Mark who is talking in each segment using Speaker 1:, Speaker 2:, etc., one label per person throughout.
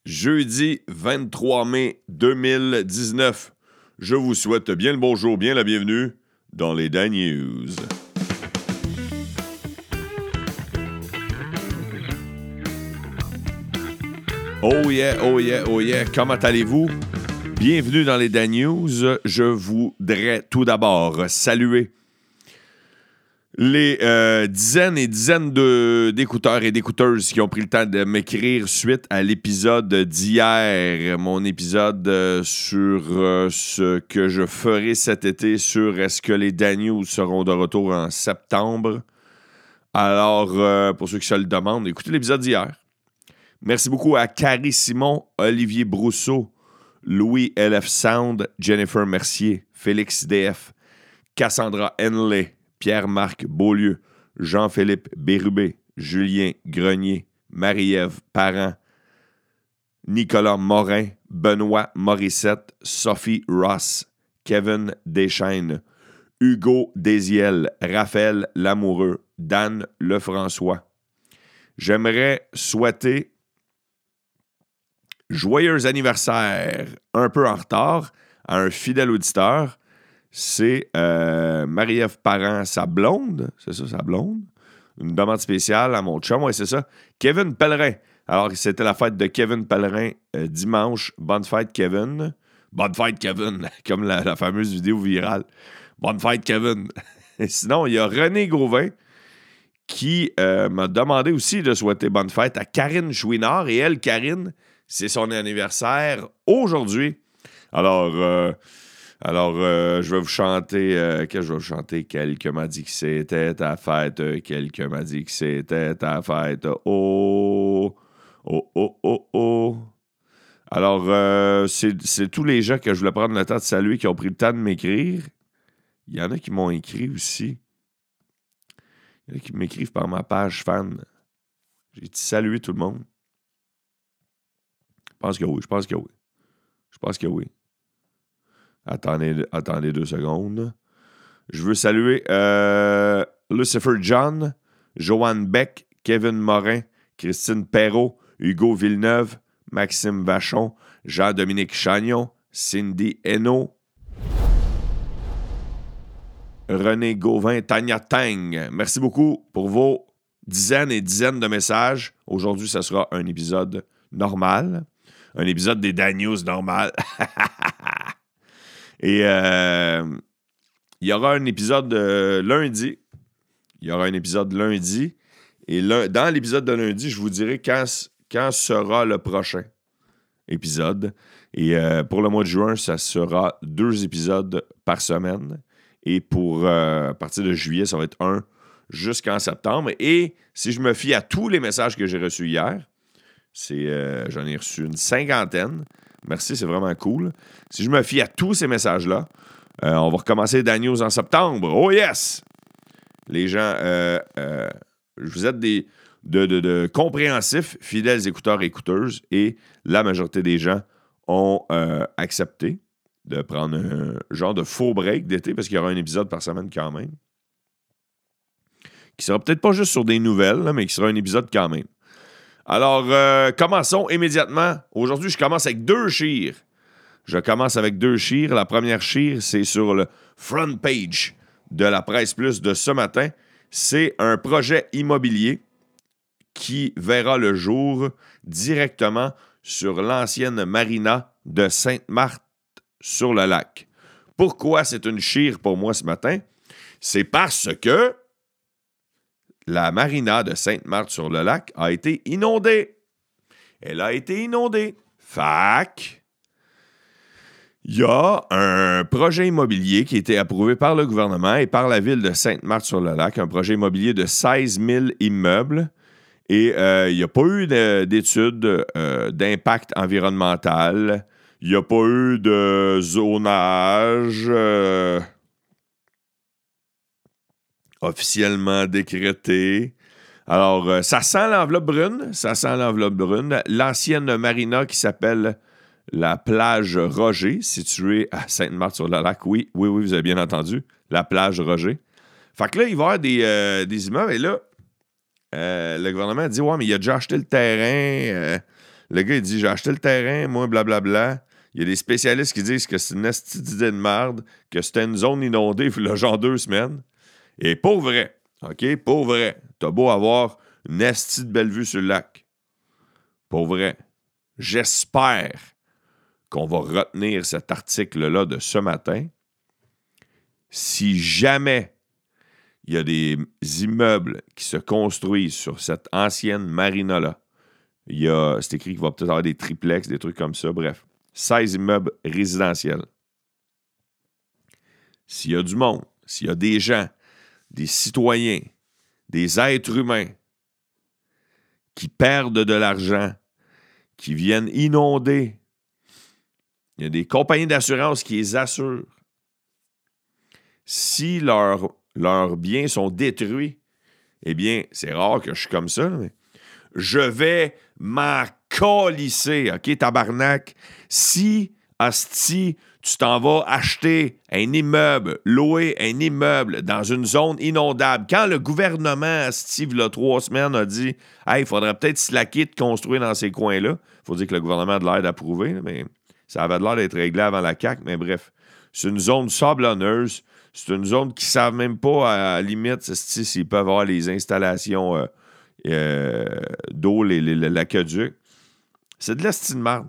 Speaker 1: Jeudi 23 mai 2019. Je vous souhaite bien le bonjour, bien la bienvenue dans les Dan News. Oh yeah, oh yeah, oh yeah. Comment allez-vous? Bienvenue dans les Dan News. Je voudrais tout d'abord saluer les dizaines et dizaines d'écouteurs et d'écouteuses qui ont pris le temps de m'écrire suite à l'épisode d'hier, mon épisode sur ce que je ferai cet été sur est-ce que les Dan News seront de retour en septembre. Alors, pour ceux qui se le demandent, écoutez l'épisode d'hier. Merci beaucoup à Carrie Simon, Olivier Brousseau, Louis LF Sound, Jennifer Mercier, Félix DF, Cassandra Henley, Pierre-Marc Beaulieu, Jean-Philippe Bérubé, Julien Grenier, Marie-Ève Parent, Nicolas Morin, Benoît Morissette, Sophie Ross, Kevin Deschaines, Hugo Désiel, Raphaël Lamoureux, Dan Lefrançois. J'aimerais souhaiter joyeux anniversaire, un peu en retard, à un fidèle auditeur. C'est Marie-Ève Parent, sa blonde. C'est ça, sa blonde. Une demande spéciale à mon chum. Oui, c'est ça. Kevin Pellerin. Alors, c'était la fête de Kevin Pellerin dimanche. Bonne fête, Kevin. Bonne fête, Kevin. Comme la fameuse vidéo virale. Bonne fête, Kevin. Et sinon, il y a René Gauvin qui m'a demandé aussi de souhaiter bonne fête à Karine Chouinard. Et elle, Karine, c'est son anniversaire aujourd'hui. Alors, je vais vous chanter. Qu'est-ce que je vais vous chanter? Quelqu'un m'a dit que c'était ta fête. Quelqu'un m'a dit que c'était ta fête. Oh, oh, oh, oh, oh. Alors, c'est tous les gens que je voulais prendre le temps de saluer qui ont pris le temps de m'écrire. Il y en a qui m'ont écrit aussi. Il y en a qui m'écrivent par ma page fan. J'ai dit saluer tout le monde. Je pense que oui. Attendez 2 secondes. Je veux saluer Lucifer John, Joanne Beck, Kevin Morin, Christine Perrault, Hugo Villeneuve, Maxime Vachon, Jean-Dominique Chagnon, Cindy Hainaut, René Gauvin, Tania Tang. Merci beaucoup pour vos dizaines et dizaines de messages. Aujourd'hui, ce sera un épisode normal. Un épisode des Dan News normal. Et il y aura un épisode lundi. Et dans l'épisode de lundi, je vous dirai quand sera le prochain épisode. Et pour le mois de juin, ça sera 2 épisodes par semaine. Et à partir de juillet, ça va être 1 jusqu'en septembre. Et si je me fie à tous les messages que j'ai reçus hier, j'en ai reçu une 50aine. Merci, c'est vraiment cool. Si je me fie à tous ces messages-là, on va recommencer les Dan News en septembre. Oh yes! Les gens, vous êtes de compréhensifs, fidèles écouteurs et écouteuses, et la majorité des gens ont accepté de prendre un genre de faux break d'été, parce qu'il y aura un épisode par semaine quand même, qui sera peut-être pas juste sur des nouvelles, là, mais qui sera un épisode quand même. Alors, commençons immédiatement. Aujourd'hui, je commence avec 2 chires. La première chire, c'est sur le front page de la Presse Plus de ce matin. C'est un projet immobilier qui verra le jour directement sur l'ancienne marina de Sainte-Marthe-sur-le-Lac. Pourquoi c'est une chire pour moi ce matin? C'est parce que la marina de Sainte-Marthe-sur-le-Lac a été inondée. Elle a été inondée. Fac, il y a un projet immobilier qui a été approuvé par le gouvernement et par la ville de Sainte-Marthe-sur-le-Lac, un projet immobilier de 16 000 immeubles. Et il n'y a pas eu d'études d'impact environnemental. Il n'y a pas eu de zonage officiellement décrété. Alors, ça sent l'enveloppe brune. L'ancienne marina qui s'appelle la plage Roger, située à Sainte-Marthe-sur-le-Lac. Oui, vous avez bien entendu. La plage Roger. Fait que là, il va y avoir des immeubles. Et là, le gouvernement dit « Ouais, mais il a déjà acheté le terrain. Le gars, il dit, j'ai acheté le terrain, moi, blablabla. Il y a des spécialistes qui disent que c'est une esti d'idée de merde, que c'était une zone inondée, il y a genre 2 semaines. Et pour vrai, OK? Pour vrai, t'as beau avoir une esti de belle vue sur le lac. Pour vrai, j'espère qu'on va retenir cet article-là de ce matin. Si jamais il y a des immeubles qui se construisent sur cette ancienne marina-là, c'est écrit qu'il va peut-être avoir des triplex, des trucs comme ça, bref. 16 immeubles résidentiels. S'il y a du monde, s'il y a des gens, des citoyens, des êtres humains qui perdent de l'argent, qui viennent inonder, il y a des compagnies d'assurance qui les assurent. Si leurs biens sont détruits, eh bien, c'est rare que je suis comme ça, mais je vais m'en câlisser, OK, tabarnak? Si, asti, tu t'en vas acheter un immeuble, louer un immeuble dans une zone inondable, quand le gouvernement, asti, il y a 3 semaines, a dit « Hey, il faudrait peut-être slacker de construire dans ces coins-là », il faut dire que le gouvernement a de l'air d'approuver, mais ça avait de l'air d'être réglé avant la CAQ, mais bref. C'est une zone sablonneuse, c'est une zone qui ne savent même pas, à la limite, s'ils peuvent avoir les installations d'eau, l'aqueduc. C'est de l'esti de marde.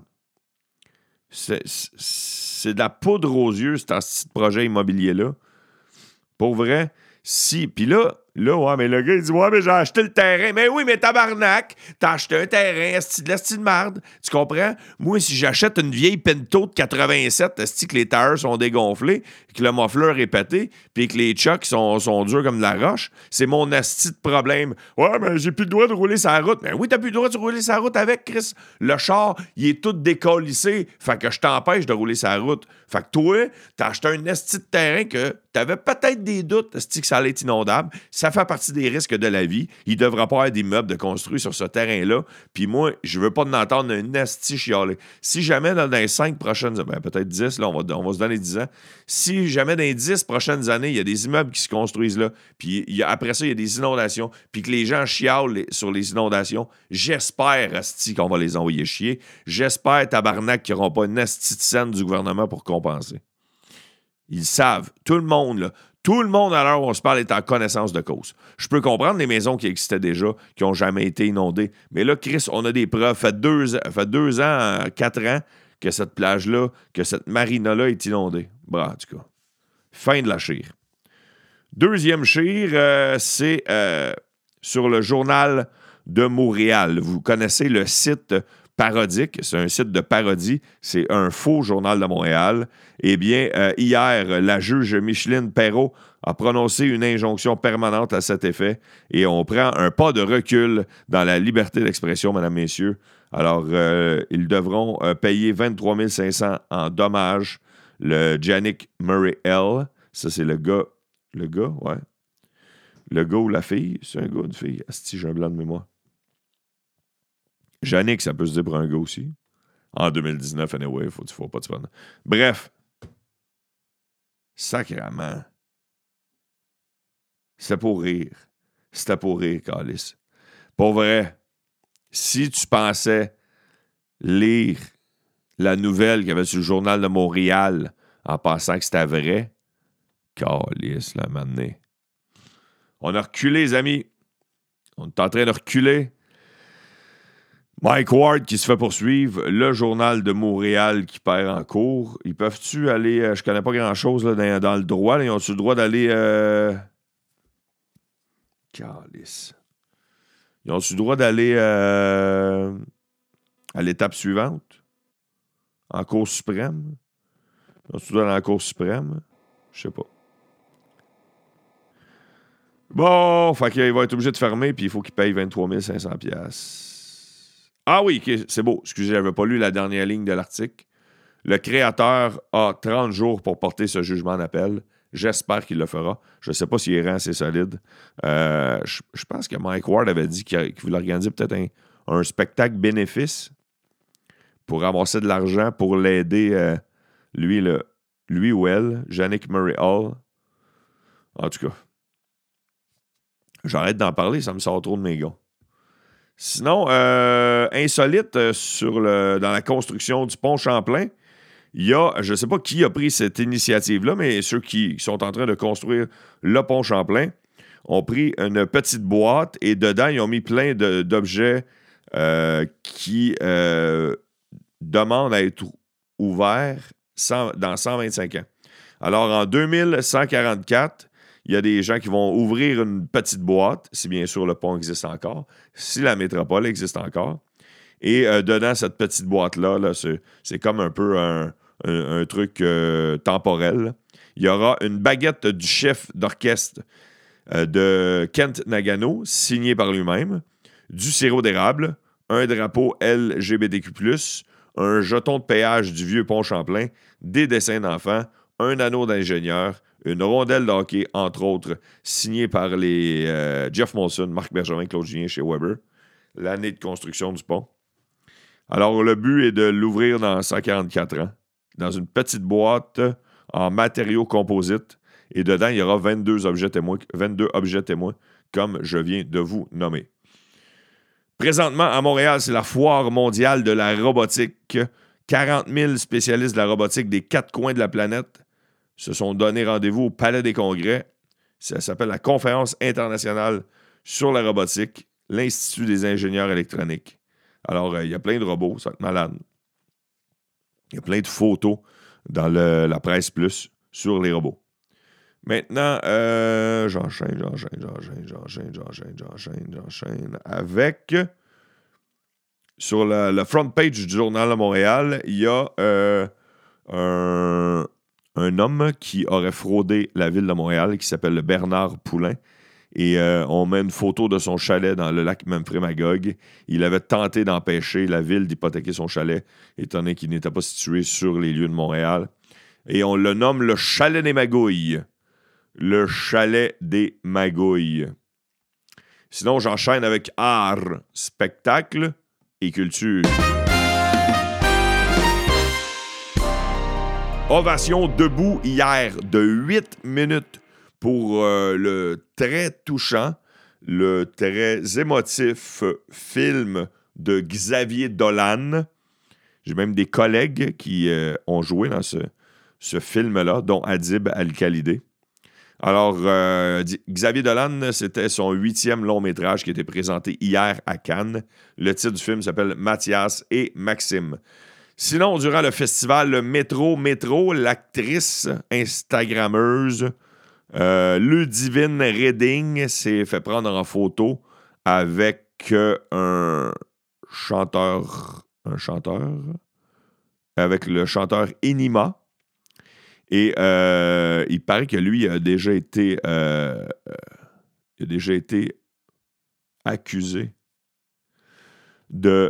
Speaker 1: C'est de la poudre aux yeux, cet petit projet immobilier-là. Pour vrai, si... Puis là, ouais, mais le gars, il dit « Ouais, mais j'ai acheté le terrain. » Mais oui, mais tabarnak, t'as acheté un terrain, esti de l'esti de marde. Tu comprends? Moi, si j'achète une vieille Pinto de 87, esti que les tailleurs sont dégonflés, que le muffler est pété, puis que les chocs sont durs comme de la roche, c'est mon esti de problème. « Ouais, mais j'ai plus le droit de rouler sa route. » Mais oui, t'as plus le droit de rouler sa route avec, Chris. Le char, il est tout décollissé. Fait que je t'empêche de rouler sa route. Fait que toi, t'as acheté un esti de terrain que t'avais peut-être des doutes, esti que ça allait être inondable. Ça fait partie des risques de la vie. Il ne devra pas avoir d'immeubles de construire sur ce terrain-là. Puis moi, je veux pas d'entendre un esti chialer. Si jamais dans les 5 prochaines années, peut-être 10, là, on va se donner 10 ans. Si jamais dans les 10 prochaines années, il y a des immeubles qui se construisent là, puis après ça, il y a des inondations, puis que les gens chialent sur les inondations, j'espère, esti, qu'on va les envoyer chier. J'espère, tabarnak, qu'ils n'auront pas une esti de scène du gouvernement pour compenser. Ils savent. Tout le monde, là. Tout le monde, à l'heure où on se parle, est en connaissance de cause. Je peux comprendre les maisons qui existaient déjà, qui n'ont jamais été inondées. Mais là, Chris, on a des preuves. Fait 2 ans, 4 ans, que cette plage-là, que cette marina-là est inondée. Bon, en tout cas. Fin de la chire. Deuxième chire, c'est sur le Journal de Montréal. Vous connaissez le site parodique, c'est un site de parodie, c'est un faux Journal de Montréal. Eh bien, hier, la juge Micheline Perrault a prononcé une injonction permanente à cet effet et on prend un pas de recul dans la liberté d'expression, mesdames, messieurs. Alors, ils devront payer 23 500 en dommages. Le Yannick Murray L., ça c'est le gars, ouais. Le gars ou la fille, c'est un gars ou une fille? Asti, j'ai un blanc de mémoire. Yannick, ça peut se dire pour un gars aussi. En 2019, anyway, faut pas te prendre. Bref. Sacrément. C'était pour rire. C'était pour rire, Calice. Pour vrai, si tu pensais lire la nouvelle qu'il y avait sur le Journal de Montréal en pensant que c'était vrai, Calice, là, maintenant. On a reculé, les amis. On est en train de reculer. Mike Ward qui se fait poursuivre, le Journal de Montréal qui perd en cours. Ils peuvent-tu aller... je connais pas grand-chose là, dans le droit. Là, ils ont-tu le droit d'aller... Calice. Ils ont-tu le droit d'aller à l'étape suivante? En Cour suprême? Ils ont-tu le droit d'aller en Cour suprême? Je sais pas. Bon, fait qu'il va être obligé de fermer puis il faut qu'il paye 23 500 $. Ah oui, okay, c'est beau. Excusez, j'avais pas lu la dernière ligne de l'article. Le créateur a 30 jours pour porter ce jugement en appel. J'espère qu'il le fera. Je ne sais pas s'il est assez solide. Je pense que Mike Ward avait dit qu'il voulait organiser peut-être un spectacle bénéfice pour ramasser de l'argent pour l'aider, lui ou elle, Yannick Murray Hall. En tout cas, j'arrête d'en parler, ça me sort trop de mes gars. Sinon, insolite dans la construction du pont Champlain, il y a, je ne sais pas qui a pris cette initiative-là, mais ceux qui sont en train de construire le pont Champlain ont pris une petite boîte et dedans, ils ont mis plein d'objets qui demandent à être ouverts dans 125 ans. Alors, en 2144, il y a des gens qui vont ouvrir une petite boîte, si bien sûr le pont existe encore, si la métropole existe encore. Et dedans cette petite boîte-là, là, c'est comme un peu un truc temporel. Il y aura une baguette du chef d'orchestre de Kent Nagano, signé par lui-même, du sirop d'érable, un drapeau LGBTQ+, un jeton de péage du vieux pont Champlain, des dessins d'enfants, un anneau d'ingénieur, une rondelle de hockey, entre autres, signée par les Jeff Molson, Marc Bergevin, Claude Julien chez Weber, l'année de construction du pont. Alors, le but est de l'ouvrir dans 144 ans, dans une petite boîte en matériaux composites, et dedans, il y aura 22 objets témoins, comme je viens de vous nommer. Présentement, à Montréal, c'est la foire mondiale de la robotique. 40 000 spécialistes de la robotique des 4 coins de la planète se sont donné rendez-vous au Palais des Congrès. Ça s'appelle la Conférence internationale sur la robotique, l'Institut des ingénieurs électroniques. Alors, il y a plein de robots, ça va être malade. Il y a plein de photos dans la presse plus sur les robots. Maintenant, j'enchaîne avec... Sur le front page du Journal de Montréal, il y a un homme qui aurait fraudé la ville de Montréal, qui s'appelle Bernard Poulain. Et on met une photo de son chalet dans le lac Memphremagog. Il avait tenté d'empêcher la ville d'hypothéquer son chalet, étant donné qu'il n'était pas situé sur les lieux de Montréal. Et on le nomme le chalet des Magouilles. Le chalet des Magouilles. Sinon, j'enchaîne avec art, spectacle et culture. Ovation debout hier de 8 minutes pour le très touchant, le très émotif film de Xavier Dolan. J'ai même des collègues qui ont joué dans ce film-là, dont Adib Al-Khalidé. Alors, Xavier Dolan, c'était son 8e long-métrage qui a été présenté hier à Cannes. Le titre du film s'appelle Mathias et Maxime. Sinon, durant le festival le Métro, l'actrice instagrammeuse Ludivine Redding s'est fait prendre en photo avec un chanteur, avec le chanteur Enima. Et il paraît que lui a déjà été accusé de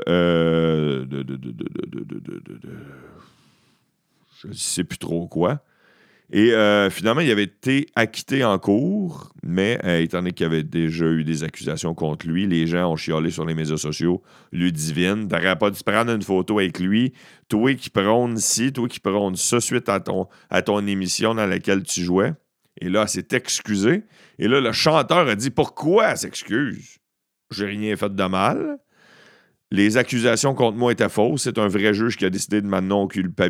Speaker 1: je ne sais plus trop quoi. Et finalement, il avait été acquitté en cours, mais étant donné qu'il y avait déjà eu des accusations contre lui, les gens ont chialé sur les médias sociaux. Ludivine, t'aurais pas dû prendre une photo avec lui. Toi qui prônes ci, toi qui prônes ça suite à ton émission dans laquelle tu jouais. Et là, elle s'est excusée. Et là, le chanteur a dit « Pourquoi elle s'excuse? J'ai rien fait de mal. Les accusations contre moi étaient fausses. C'est un vrai juge qui a décidé de ma non-culpabilité. »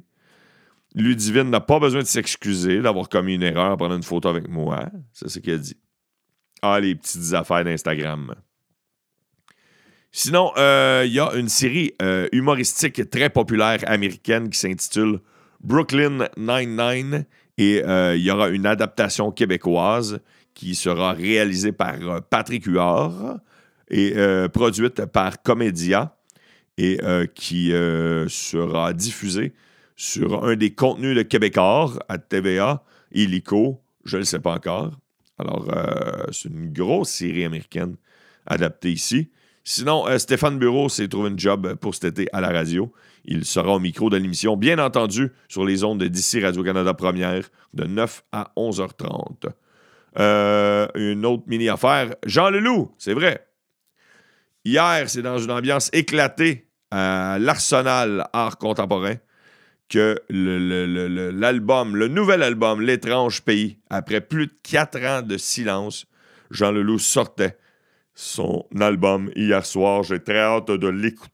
Speaker 1: Ludivine n'a pas besoin de s'excuser d'avoir commis une erreur en prenant une photo avec moi. C'est ce qu'il a dit. Ah, les petites affaires d'Instagram. Sinon, il y a une série humoristique très populaire américaine qui s'intitule Brooklyn Nine-Nine. Et il y aura une adaptation québécoise qui sera réalisée par Patrick Huard et produite par Comédia et qui sera diffusée sur un des contenus de Québécois à TVA, illico, je ne le sais pas encore. Alors, c'est une grosse série américaine adaptée ici. Sinon, Stéphane Bureau s'est trouvé une job pour cet été à la radio. Il sera au micro de l'émission, bien entendu, sur les ondes d'ici Radio-Canada Première, de 9 à 11h30. Une autre mini-affaire. Jean Leloup, c'est vrai. Hier, c'est dans une ambiance éclatée à l'Arsenal Art Contemporain que le nouvel album, L'étrange pays, après plus de 4 ans de silence, Jean Leloup sortait son album hier soir. J'ai très hâte de l'écouter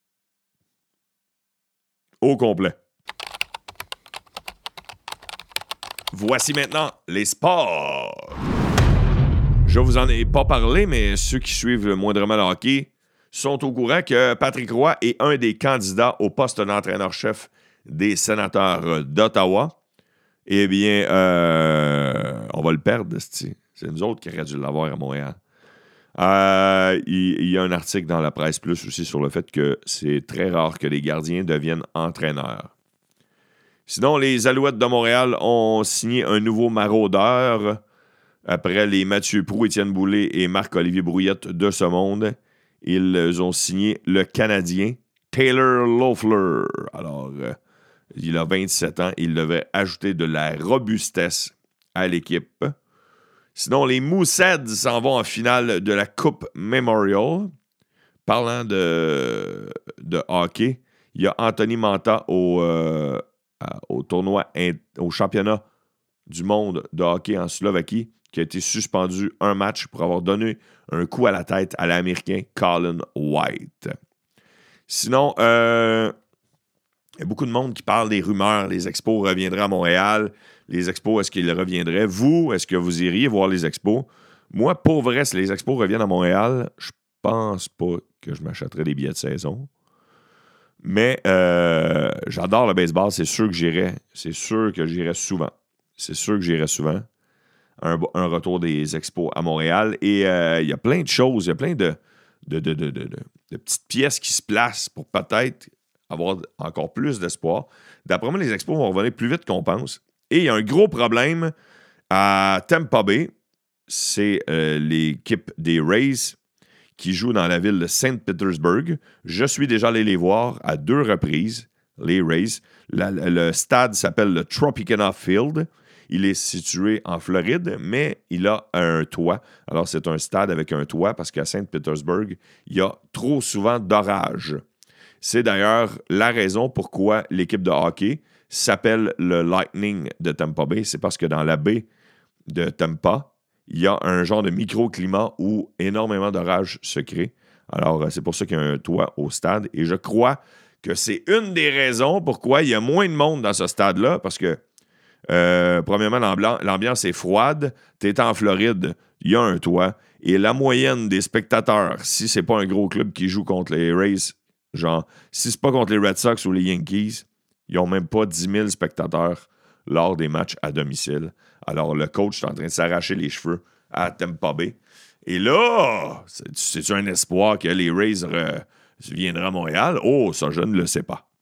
Speaker 1: au complet. Voici maintenant les sports. Je vous en ai pas parlé, mais ceux qui suivent le moindrement le hockey sont au courant que Patrick Roy est un des candidats au poste d'entraîneur-chef des Sénateurs d'Ottawa. Eh bien, on va le perdre, c'est nous autres qui aurions dû l'avoir à Montréal. Il y a un article dans la Presse Plus aussi sur le fait que c'est très rare que les gardiens deviennent entraîneurs. Sinon, les Alouettes de Montréal ont signé un nouveau maraudeur après les Mathieu Proulx, Étienne Boulay et Marc-Olivier Brouillette de ce monde. Ils ont signé le Canadien Taylor Loeffler. Alors, il a 27 ans. Il devrait ajouter de la robustesse à l'équipe. Sinon, les Mooseheads s'en vont en finale de la Coupe Memorial. Parlant de hockey, il y a Anthony Manta au tournoi, au championnat du monde de hockey en Slovaquie, qui a été suspendu un match pour avoir donné un coup à la tête à l'Américain Colin White. Sinon, il y a beaucoup de monde qui parle des rumeurs. Les Expos reviendraient à Montréal. Les Expos, est-ce qu'ils reviendraient? Vous, est-ce que vous iriez voir les Expos? Moi, pour vrai, si les Expos reviennent à Montréal, je pense pas que je m'achèterais des billets de saison. Mais j'adore le baseball. C'est sûr que j'irais. C'est sûr que j'irais souvent. C'est sûr que j'irais souvent. Un retour des Expos à Montréal. Et il y a plein de choses. Il y a plein de petites pièces qui se placent pour peut-être avoir encore plus d'espoir. D'après moi, les Expos vont revenir plus vite qu'on pense. Et il y a un gros problème à Tampa Bay. C'est l'équipe des Rays qui joue dans la ville de Saint-Pétersbourg. Je suis déjà allé les voir à 2 reprises, les Rays. Le stade s'appelle le Tropicana Field. Il est situé en Floride, mais il a un toit. Alors, c'est un stade avec un toit parce qu'à Saint-Pétersbourg, il y a trop souvent d'orages. C'est d'ailleurs la raison pourquoi l'équipe de hockey s'appelle le Lightning de Tampa Bay. C'est parce que dans la baie de Tampa, il y a un genre de microclimat où énormément d'orages se créent. Alors, c'est pour ça qu'il y a un toit au stade. Et je crois que c'est une des raisons pourquoi il y a moins de monde dans ce stade-là, parce que premièrement, l'ambiance est froide. Tu es en Floride, il y a un toit. Et la moyenne des spectateurs, si c'est pas un gros club qui joue contre les Rays, genre, si c'est pas contre les Red Sox ou les Yankees, ils n'ont même pas 10 000 spectateurs lors des matchs à domicile. Alors, le coach est en train de s'arracher les cheveux à Tampa Bay. Et là, c'est-tu un espoir que les Rays viendraient à Montréal? Oh, ça, je ne le sais pas.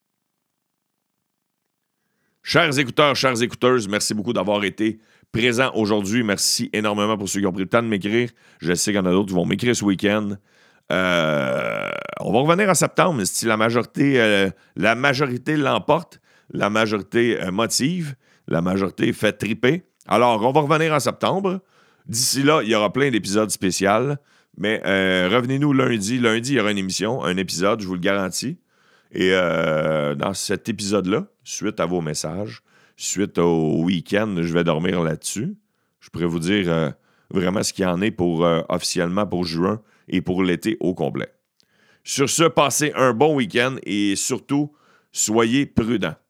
Speaker 1: Chers écouteurs, chères écouteuses, merci beaucoup d'avoir été présents aujourd'hui. Merci énormément pour ceux qui ont pris le temps de m'écrire. Je sais qu'il y en a d'autres qui vont m'écrire ce week-end. On va revenir en septembre. Si la majorité l'emporte, la majorité motive, la majorité fait triper. Alors, on va revenir en septembre. D'ici là, il y aura plein d'épisodes spéciaux. Mais revenez-nous lundi. Lundi, il y aura une émission, un épisode, je vous le garantis. Et dans cet épisode-là, suite à vos messages, suite au week-end, je vais dormir là-dessus. Je pourrais vous dire vraiment ce qu'il y en est pour officiellement pour juin et pour l'été au complet. Sur ce, passez un bon week-end et surtout, soyez prudents.